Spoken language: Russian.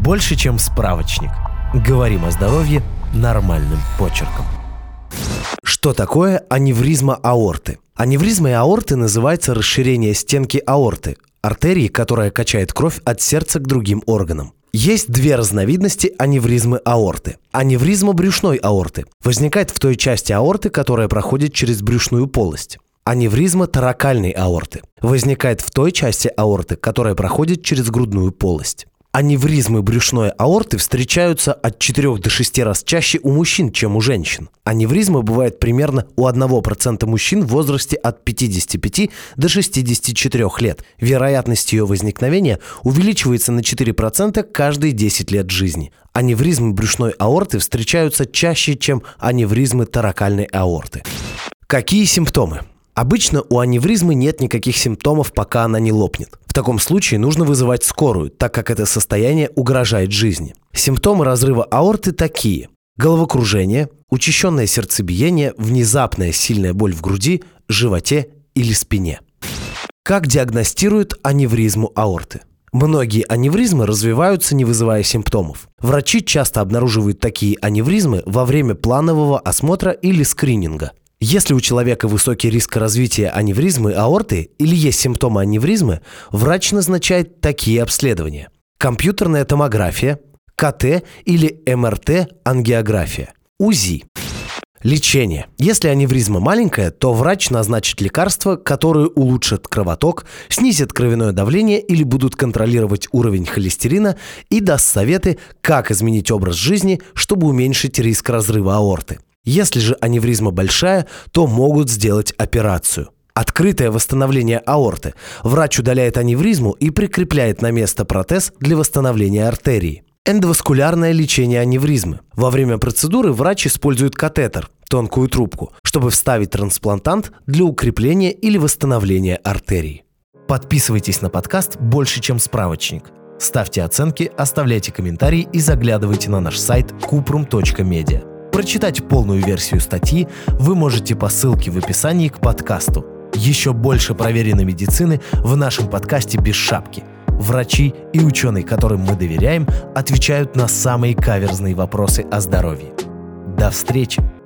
Больше, чем справочник. Говорим о здоровье нормальным почерком. Что такое аневризма аорты? Аневризмой аорты называется расширение стенки аорты, артерии, которая качает кровь от сердца к другим органам. Есть две разновидности аневризмы аорты. Аневризма брюшной аорты возникает в той части аорты, которая проходит через брюшную полость. Аневризма торакальной аорты возникает в той части аорты, которая проходит через грудную полость. Аневризмы брюшной аорты встречаются от 4 до 6 раз чаще у мужчин, чем у женщин. Аневризма бывает примерно у 1% мужчин в возрасте от 55 до 64 лет. Вероятность ее возникновения увеличивается на 4% каждые 10 лет жизни. Аневризмы брюшной аорты встречаются чаще, чем аневризмы торакальной аорты. Какие симптомы? Обычно у аневризмы нет никаких симптомов, пока она не лопнет. В таком случае нужно вызывать скорую, так как это состояние угрожает жизни. Симптомы разрыва аорты такие: головокружение, учащенное сердцебиение, внезапная сильная боль в груди, животе или спине. Как диагностируют аневризму аорты? Многие аневризмы развиваются, не вызывая симптомов. Врачи часто обнаруживают такие аневризмы во время планового осмотра или скрининга. Если у человека высокий риск развития аневризмы аорты или есть симптомы аневризмы, врач назначает такие обследования: компьютерная томография, КТ или МРТ-ангиография, УЗИ. Лечение. Если аневризма маленькая, то врач назначит лекарства, которые улучшат кровоток, снизят кровяное давление или будут контролировать уровень холестерина и даст советы, как изменить образ жизни, чтобы уменьшить риск разрыва аорты. Если же аневризма большая, то могут сделать операцию. Открытое восстановление аорты. Врач удаляет аневризму и прикрепляет на место протез для восстановления артерии. Эндоваскулярное лечение аневризмы. Во время процедуры врач использует катетер, тонкую трубку, чтобы вставить трансплантант для укрепления или восстановления артерии. Подписывайтесь на подкаст «Больше, чем справочник». Ставьте оценки, оставляйте комментарии и заглядывайте на наш сайт kuprum.media. Прочитать полную версию статьи вы можете по ссылке в описании к подкасту. Еще больше проверенной медицины в нашем подкасте «Без шапки». Врачи и ученые, которым мы доверяем, отвечают на самые каверзные вопросы о здоровье. До встречи!